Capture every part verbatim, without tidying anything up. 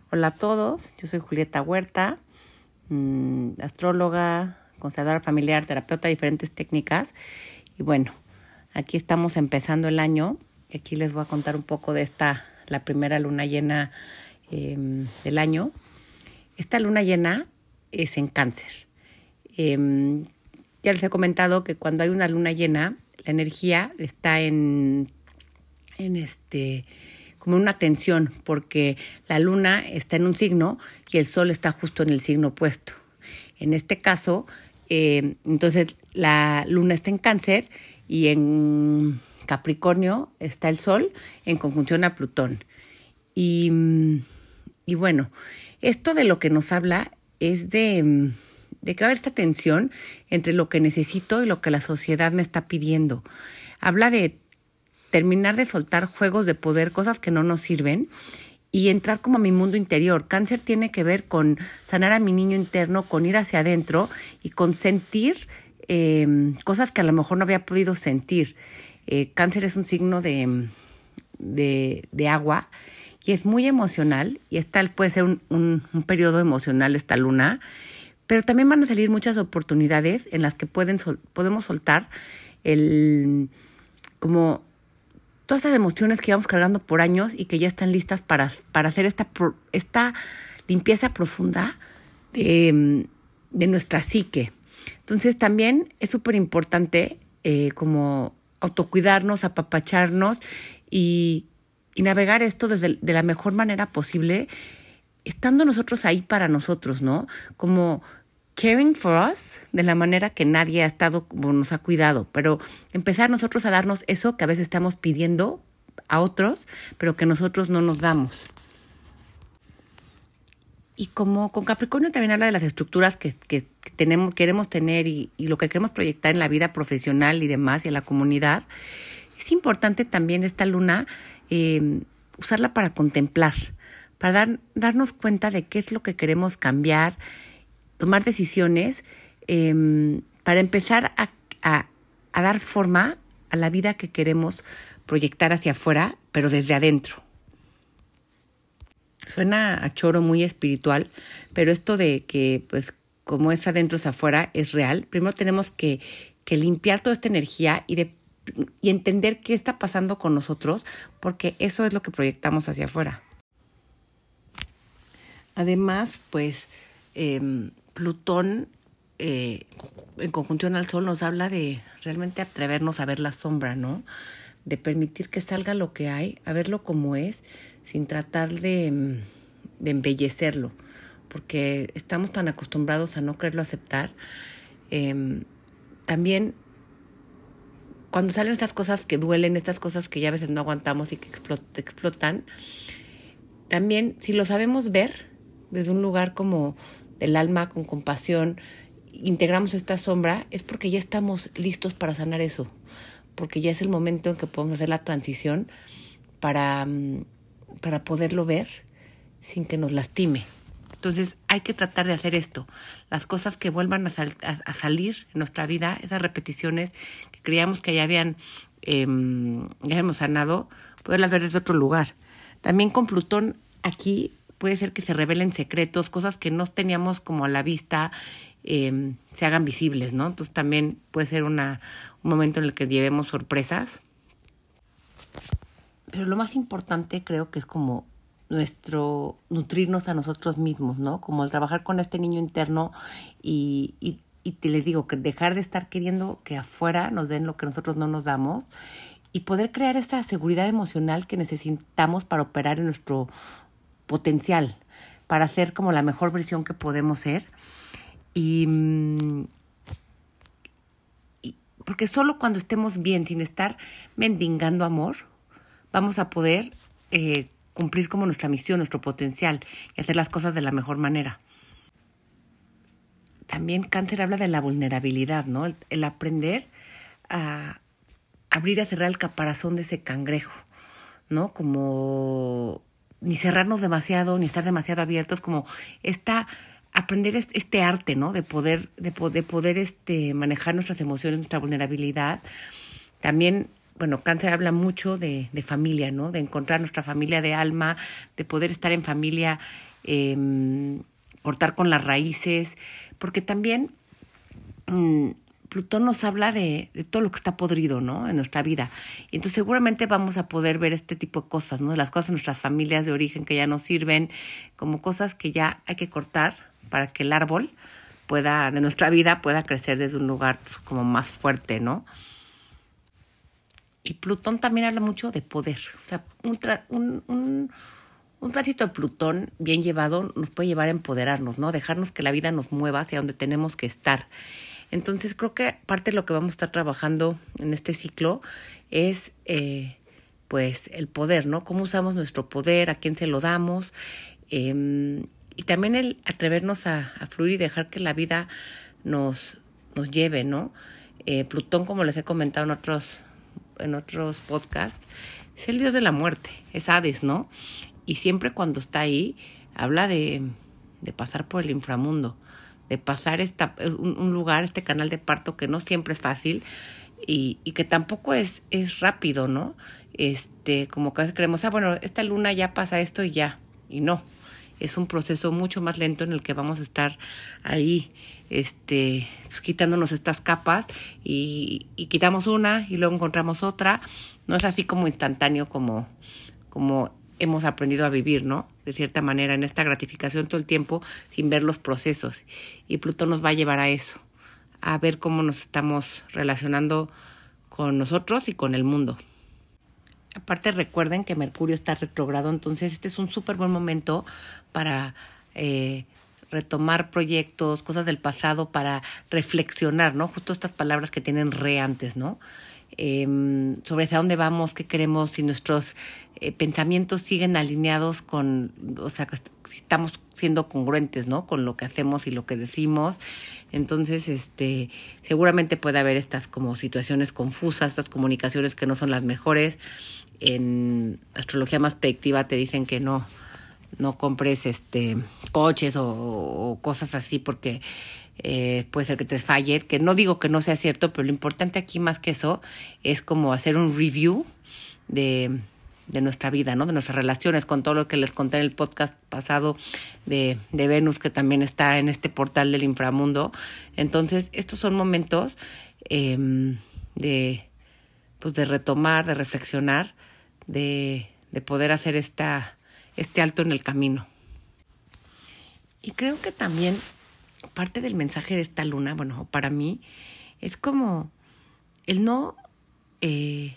Hola a todos, yo soy Julieta Huerta, mmm, astróloga, consteladora familiar, terapeuta de diferentes técnicas. Y bueno, aquí estamos empezando el año. Aquí les voy a contar un poco de esta, la primera luna llena eh, del año. Esta luna llena es en Cáncer. Eh, ya les he comentado que cuando hay una luna llena, la energía está en, en este... como una tensión, porque la luna está en un signo y el sol está justo en el signo opuesto. En este caso, eh, entonces la luna está en Cáncer y en Capricornio está el sol en conjunción a Plutón. Y, y bueno, esto de lo que nos habla es de, de que va a haber esta tensión entre lo que necesito y lo que la sociedad me está pidiendo. Habla de terminar de soltar juegos de poder, cosas que no nos sirven, y entrar como a mi mundo interior. Cáncer tiene que ver con sanar a mi niño interno, con ir hacia adentro y con sentir eh, cosas que a lo mejor no había podido sentir. Eh, Cáncer es un signo de, de, de agua y es muy emocional, y esta puede ser un, un, un periodo emocional esta luna, pero también van a salir muchas oportunidades en las que pueden sol, podemos soltar el como todas esas emociones que íbamos cargando por años y que ya están listas para, para hacer esta, esta limpieza profunda de, de nuestra psique. Entonces también es súper importante eh, como autocuidarnos, apapacharnos y, y navegar esto desde de la mejor manera posible, estando nosotros ahí para nosotros, ¿no? Como caring for us, de la manera que nadie ha estado como nos ha cuidado, pero empezar nosotros a darnos eso que a veces estamos pidiendo a otros, pero que nosotros no nos damos. Y como con Capricornio también habla de las estructuras que, que, que tenemos, queremos tener y, y lo que queremos proyectar en la vida profesional y demás y en la comunidad, es importante también esta luna eh, usarla para contemplar, para dar, darnos cuenta de qué es lo que queremos cambiar, tomar decisiones eh, para empezar a, a, a dar forma a la vida que queremos proyectar hacia afuera, pero desde adentro. Suena a choro muy espiritual, pero esto de que, pues, como es adentro es afuera, es real. Primero tenemos que, que limpiar toda esta energía y, de, y entender qué está pasando con nosotros, porque eso es lo que proyectamos hacia afuera. Además, pues, eh, Plutón eh, en conjunción al Sol nos habla de realmente atrevernos a ver la sombra, ¿no? De permitir que salga lo que hay, a verlo como es, sin tratar de, de embellecerlo, porque estamos tan acostumbrados a no quererlo aceptar. Eh, también cuando salen estas cosas que duelen, estas cosas que ya a veces no aguantamos y que explot- explotan, también si lo sabemos ver desde un lugar como del alma, con compasión, integramos esta sombra, es porque ya estamos listos para sanar eso, porque ya es el momento en que podemos hacer la transición para, para poderlo ver sin que nos lastime. Entonces hay que tratar de hacer esto, las cosas que vuelvan a, sal, a, a salir en nuestra vida, esas repeticiones que creíamos que ya habían, eh, ya habíamos sanado, poderlas ver desde otro lugar. También con Plutón aquí puede ser que se revelen secretos, cosas que no teníamos como a la vista, eh, se hagan visibles, ¿no? Entonces también puede ser una, un momento en el que llevemos sorpresas. Pero lo más importante creo que es como nuestro nutrirnos a nosotros mismos, ¿no? Como el trabajar con este niño interno y, y, y te les digo, que dejar de estar queriendo que afuera nos den lo que nosotros no nos damos y poder crear esa seguridad emocional que necesitamos para operar en nuestro potencial, para ser como la mejor versión que podemos ser. Y, y porque solo cuando estemos bien, sin estar mendigando amor, vamos a poder eh, cumplir como nuestra misión, nuestro potencial y hacer las cosas de la mejor manera. También Cáncer habla de la vulnerabilidad, ¿no? El, el aprender a abrir y a cerrar el caparazón de ese cangrejo, ¿no? Como ni cerrarnos demasiado, ni estar demasiado abiertos, como esta, aprender este arte, ¿no? De poder, de, de poder este, manejar nuestras emociones, nuestra vulnerabilidad. También bueno, Cáncer habla mucho de, de familia, ¿no? De encontrar nuestra familia de alma, de poder estar en familia, eh, cortar con las raíces, porque también mmm, Plutón nos habla de, de todo lo que está podrido, ¿no? En nuestra vida. Y entonces seguramente vamos a poder ver este tipo de cosas, ¿no? Las cosas de nuestras familias de origen que ya no sirven, como cosas que ya hay que cortar para que el árbol pueda, de nuestra vida, pueda crecer desde un lugar como más fuerte, ¿no? Y Plutón también habla mucho de poder. O sea, un, tra- un, un, un tránsito de Plutón bien llevado nos puede llevar a empoderarnos, ¿no? Dejarnos que la vida nos mueva hacia donde tenemos que estar. Entonces creo que parte de lo que vamos a estar trabajando en este ciclo es eh, pues el poder, ¿no? Cómo usamos nuestro poder, a quién se lo damos, eh, y también el atrevernos a, a fluir y dejar que la vida nos, nos lleve, ¿no? Eh, Plutón, como les he comentado en otros, en otros podcasts, es el dios de la muerte, es Hades, ¿no? Y siempre cuando está ahí habla de, de pasar por el inframundo, de pasar esta, un, un lugar, este canal de parto que no siempre es fácil y, y que tampoco es, es rápido, ¿no? Este, como que a veces creemos, ah, bueno, esta luna ya pasa esto y ya, y no. Es un proceso mucho más lento en el que vamos a estar ahí, este, pues, quitándonos estas capas y, y quitamos una y luego encontramos otra. No es así como instantáneo como, como hemos aprendido a vivir, ¿no? De cierta manera, en esta gratificación todo el tiempo sin ver los procesos. Y Plutón nos va a llevar a eso, a ver cómo nos estamos relacionando con nosotros y con el mundo. Aparte, recuerden que Mercurio está retrógrado, entonces este es un súper buen momento para eh, retomar proyectos, cosas del pasado, para reflexionar, ¿no? Justo estas palabras que tienen re antes, ¿no? Eh, sobre hacia dónde vamos, qué queremos, si nuestros eh, pensamientos siguen alineados con, o sea, si estamos siendo congruentes, ¿no? Con lo que hacemos y lo que decimos. Entonces, este, seguramente puede haber estas como situaciones confusas, estas comunicaciones que no son las mejores. En astrología más predictiva te dicen que no, no compres este coches o, o cosas así porque eh, puede ser que te falle, que no digo que no sea cierto, pero lo importante aquí más que eso es como hacer un review de, de nuestra vida, ¿no? De nuestras relaciones, con todo lo que les conté en el podcast pasado de, de Venus, que también está en este portal del inframundo. Entonces, estos son momentos eh, de, pues de retomar, de reflexionar, de, de poder hacer esta, este alto en el camino. Y creo que también parte del mensaje de esta luna, bueno, para mí, es como el no, eh,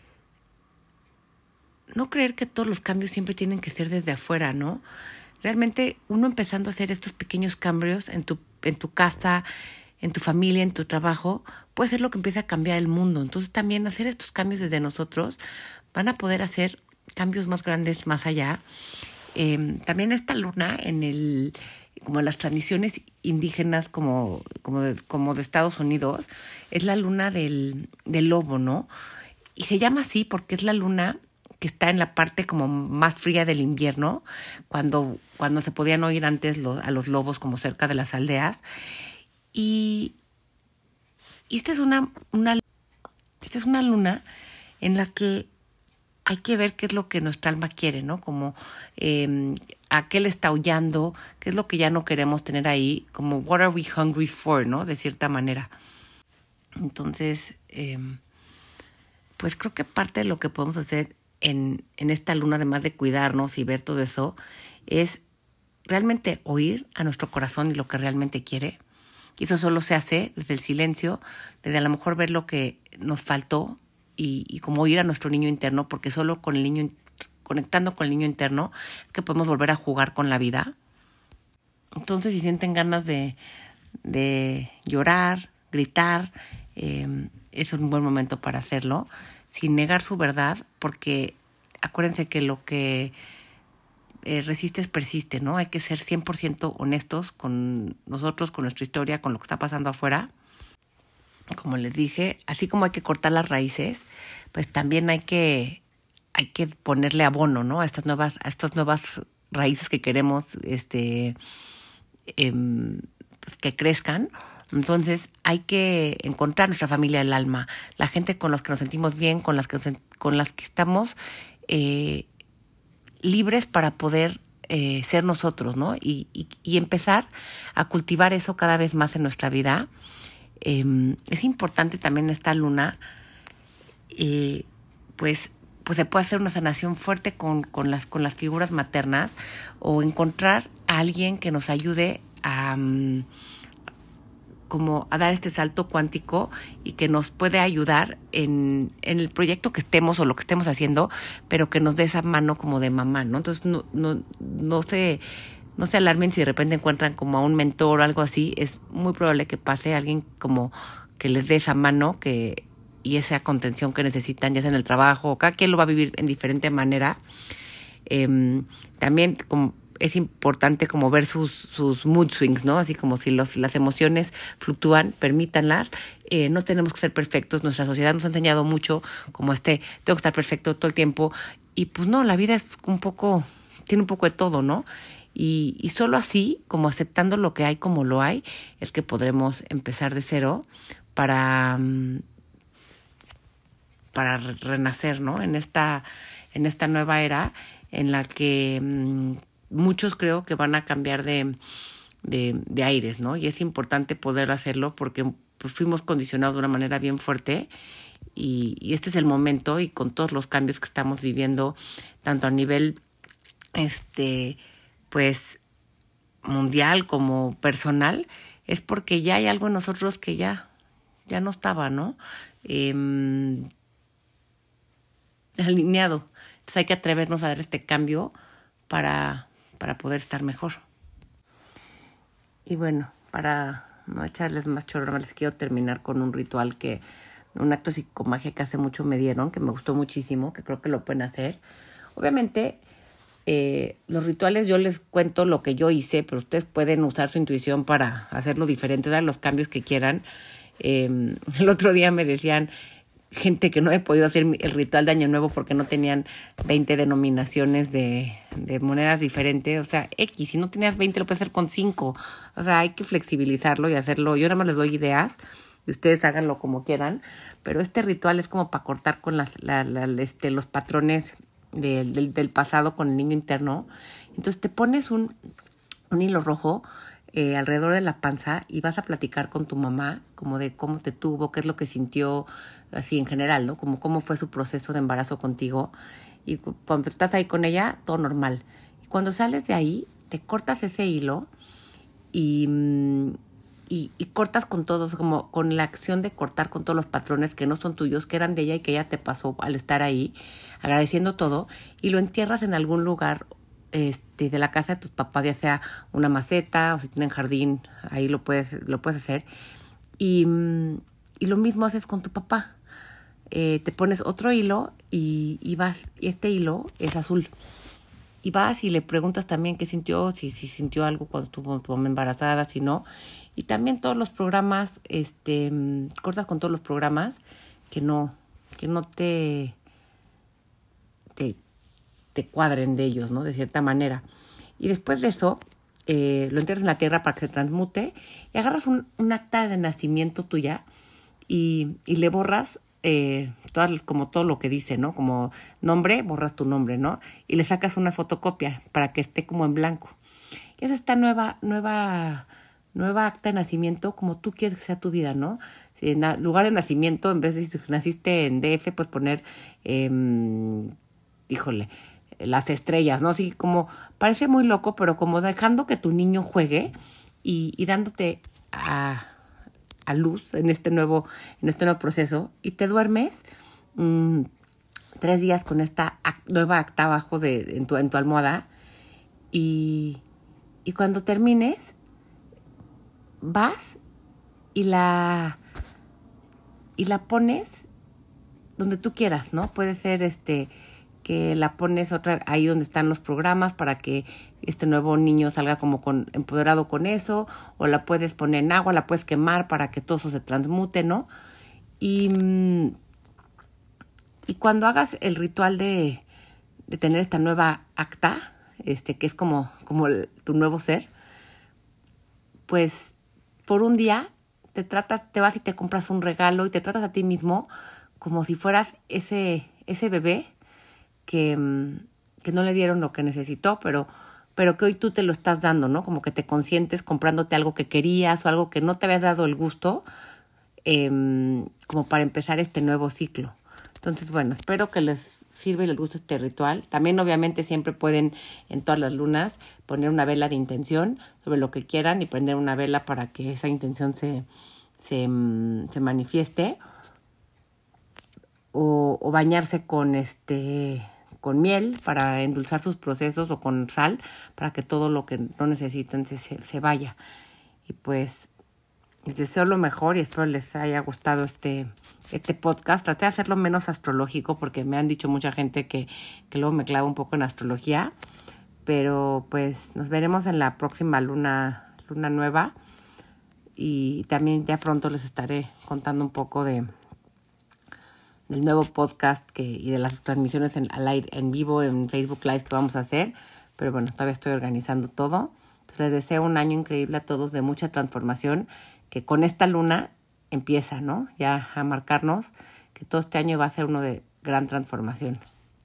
no creer que todos los cambios siempre tienen que ser desde afuera, ¿no? Realmente uno empezando a hacer estos pequeños cambios en tu, en tu casa, en tu familia, en tu trabajo, puede ser lo que empieza a cambiar el mundo. Entonces también hacer estos cambios desde nosotros van a poder hacer cambios más grandes más allá. Eh, también esta luna en el, como las tradiciones indígenas como, como, de, como de Estados Unidos, es la luna del, del lobo, ¿no? Y se llama así porque es la luna que está en la parte como más fría del invierno, cuando, cuando se podían oír antes lo, a los lobos como cerca de las aldeas. Y, y esta es una, una, esta es una luna en la que hay que ver qué es lo que nuestra alma quiere, ¿no? Como eh, a qué le está aullando, qué es lo que ya no queremos tener ahí, como what are we hungry for, ¿no? De cierta manera. Entonces, eh, pues creo que parte de lo que podemos hacer en, en esta luna, además de cuidarnos y ver todo eso, es realmente oír a nuestro corazón y lo que realmente quiere. Y eso solo se hace desde el silencio, desde a lo mejor ver lo que nos faltó y, y como oír a nuestro niño interno, porque solo con el niño, conectando con el niño interno, es que podemos volver a jugar con la vida. Entonces, si sienten ganas de, de llorar, gritar, eh, es un buen momento para hacerlo, sin negar su verdad, porque acuérdense que lo que eh, resistes persiste, ¿no? Hay que ser cien por ciento honestos con nosotros, con nuestra historia, con lo que está pasando afuera. Como les dije, así como hay que cortar las raíces, pues también hay que, hay que ponerle abono, ¿no? A estas nuevas, a estas nuevas raíces que queremos, este, eh, que crezcan. Entonces hay que encontrar nuestra familia del alma, la gente con los que nos sentimos bien, con las que, con las que estamos eh, libres para poder eh, ser nosotros, ¿no? Y, y, y empezar a cultivar eso cada vez más en nuestra vida. Eh, es importante también esta luna, eh, pues, pues se puede hacer una sanación fuerte con, con, las, con las figuras maternas o encontrar a alguien que nos ayude a... Um, como a dar este salto cuántico y que nos puede ayudar en, en el proyecto que estemos o lo que estemos haciendo, pero que nos dé esa mano como de mamá, ¿no? Entonces no, no, no se, no se alarmen si de repente encuentran como a un mentor o algo así. Es muy probable que pase alguien como que les dé esa mano que, y esa contención que necesitan, ya sea en el trabajo. Cada quien lo va a vivir en diferente manera. Eh, también como es importante como ver sus, sus mood swings, ¿no? Así como si los, las emociones fluctúan, permítanlas. Eh, no tenemos que ser perfectos. Nuestra sociedad nos ha enseñado mucho como este, tengo que estar perfecto todo el tiempo. Y pues no, la vida es un poco, tiene un poco de todo, ¿no? Y, y solo así, como aceptando lo que hay como lo hay, es que podremos empezar de cero para, para renacer, ¿no? En esta, en esta nueva era en la que mmm, muchos creo que van a cambiar de, de, de aires, ¿no? Y es importante poder hacerlo porque pues, fuimos condicionados de una manera bien fuerte y, y este es el momento, y con todos los cambios que estamos viviendo, tanto a nivel este pues mundial como personal, es porque ya hay algo en nosotros que ya, ya no estaba, ¿no? Eh, alineado. Entonces hay que atrevernos a dar este cambio para... para poder estar mejor. Y bueno, para no echarles más chorro, les quiero terminar con un ritual que, un acto psicomagia que hace mucho me dieron, que me gustó muchísimo, que creo que lo pueden hacer. Obviamente, eh, los rituales yo les cuento lo que yo hice, pero ustedes pueden usar su intuición para hacerlo diferente, dar los cambios que quieran. Eh, el otro día me decían gente que no he podido hacer el ritual de Año Nuevo porque no tenían veinte denominaciones de, de monedas diferentes. O sea, X, si no tenías veinte, lo puedes hacer con cinco. O sea, hay que flexibilizarlo y hacerlo. Yo nada más les doy ideas y ustedes háganlo como quieran. Pero este ritual es como para cortar con las, la, la, este, los patrones de, del, del pasado con el niño interno. Entonces te pones un, un hilo rojo Eh, alrededor de la panza y vas a platicar con tu mamá como de cómo te tuvo, qué es lo que sintió, así en general, ¿no? Como cómo fue su proceso de embarazo contigo. Y cuando estás ahí con ella, todo normal. Y cuando sales de ahí, te cortas ese hilo y, y, y cortas con todos, como con la acción de cortar con todos los patrones que no son tuyos, que eran de ella y que ella te pasó al estar ahí, agradeciendo todo, y lo entierras en algún lugar Este, de la casa de tus papás, ya sea una maceta o si tienen jardín, ahí lo puedes, lo puedes hacer. Y, y lo mismo haces con tu papá. Eh, te pones otro hilo y, y vas, y este hilo es azul. Y vas y le preguntas también qué sintió, si, si sintió algo cuando estuvo tu mamá embarazada, si no. Y también todos los programas, este, cortas con todos los programas que no, que no te, te te cuadren de ellos, ¿no? De cierta manera. Y después de eso, eh, lo entierras en la tierra para que se transmute y agarras un, un acta de nacimiento tuya y, y le borras eh, todas, como todo lo que dice, ¿no? Como nombre, borras tu nombre, ¿no? Y le sacas una fotocopia para que esté como en blanco. Y es esta nueva, nueva, nueva acta de nacimiento como tú quieres que sea tu vida, ¿no? Si en lugar de nacimiento, en vez de si naciste en D F, pues poner, eh, híjole, las estrellas, ¿no? Así como, parece muy loco, pero como dejando que tu niño juegue y, y dándote a, a luz en este nuevo, en este nuevo proceso, y te duermes mmm, tres días con esta act, nueva acta abajo de, en, tu, en tu almohada, y, y cuando termines, vas y la, y la pones donde tú quieras, ¿no? Puede ser este... que la pones otra ahí donde están los programas para que este nuevo niño salga como con, empoderado con eso, o la puedes poner en agua, la puedes quemar para que todo eso se transmute, ¿no? Y, y cuando hagas el ritual de, de tener esta nueva acta, este, que es como, como el, tu nuevo ser, pues por un día te tratas, te vas y te compras un regalo y te tratas a ti mismo como si fueras ese, ese bebé que, que no le dieron lo que necesitó, pero, pero que hoy tú te lo estás dando, ¿no? Como que te consientes comprándote algo que querías o algo que no te habías dado el gusto, eh, como para empezar este nuevo ciclo. Entonces, bueno, espero que les sirva y les guste este ritual. También, obviamente, siempre pueden, en todas las lunas, poner una vela de intención sobre lo que quieran y prender una vela para que esa intención se, se, se manifieste. O, o bañarse con, este, con miel para endulzar sus procesos o con sal para que todo lo que no necesiten se, se, se vaya. Y pues les deseo lo mejor y espero les haya gustado este... este podcast. Traté de hacerlo menos astrológico porque me han dicho mucha gente que, que luego me clavo un poco en astrología, pero pues nos veremos en la próxima luna, luna nueva y también ya pronto les estaré contando un poco de del nuevo podcast que, y de las transmisiones en, al aire, en vivo en Facebook Live que vamos a hacer, pero bueno, todavía estoy organizando todo. Entonces les deseo un año increíble a todos de mucha transformación, que con esta luna empieza, ¿no? Ya a marcarnos que todo este año va a ser uno de gran transformación.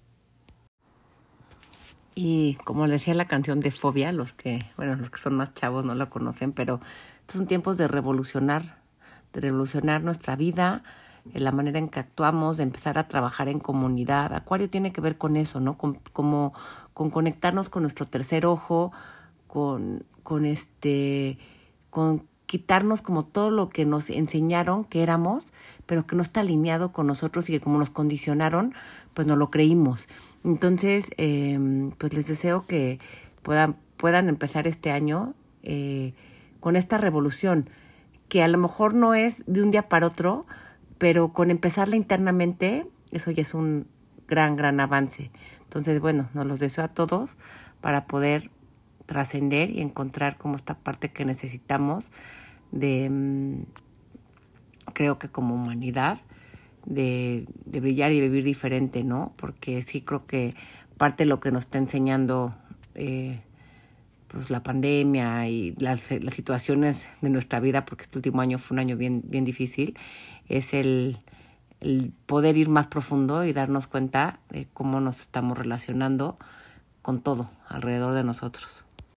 Y como les decía la canción de Fobia, los que, bueno, los que son más chavos no la conocen, pero estos son tiempos de revolucionar, de revolucionar nuestra vida, la manera en que actuamos, de empezar a trabajar en comunidad. Acuario tiene que ver con eso, ¿no? Con, como, con conectarnos con nuestro tercer ojo, con, con este, con quitarnos como todo lo que nos enseñaron que éramos, pero que no está alineado con nosotros y que como nos condicionaron, pues no lo creímos. Entonces, eh, pues les deseo que puedan, puedan empezar este año eh, con esta revolución, que a lo mejor no es de un día para otro, pero con empezarla internamente, eso ya es un gran, gran avance. Entonces, bueno, nos los deseo a todos para poder trascender y encontrar como esta parte que necesitamos de, creo que como humanidad, de, de brillar y vivir diferente, ¿no? Porque sí creo que parte de lo que nos está enseñando eh, pues la pandemia y las, las situaciones de nuestra vida, porque este último año fue un año bien, bien difícil, es el, el poder ir más profundo y darnos cuenta de cómo nos estamos relacionando con todo alrededor de nosotros.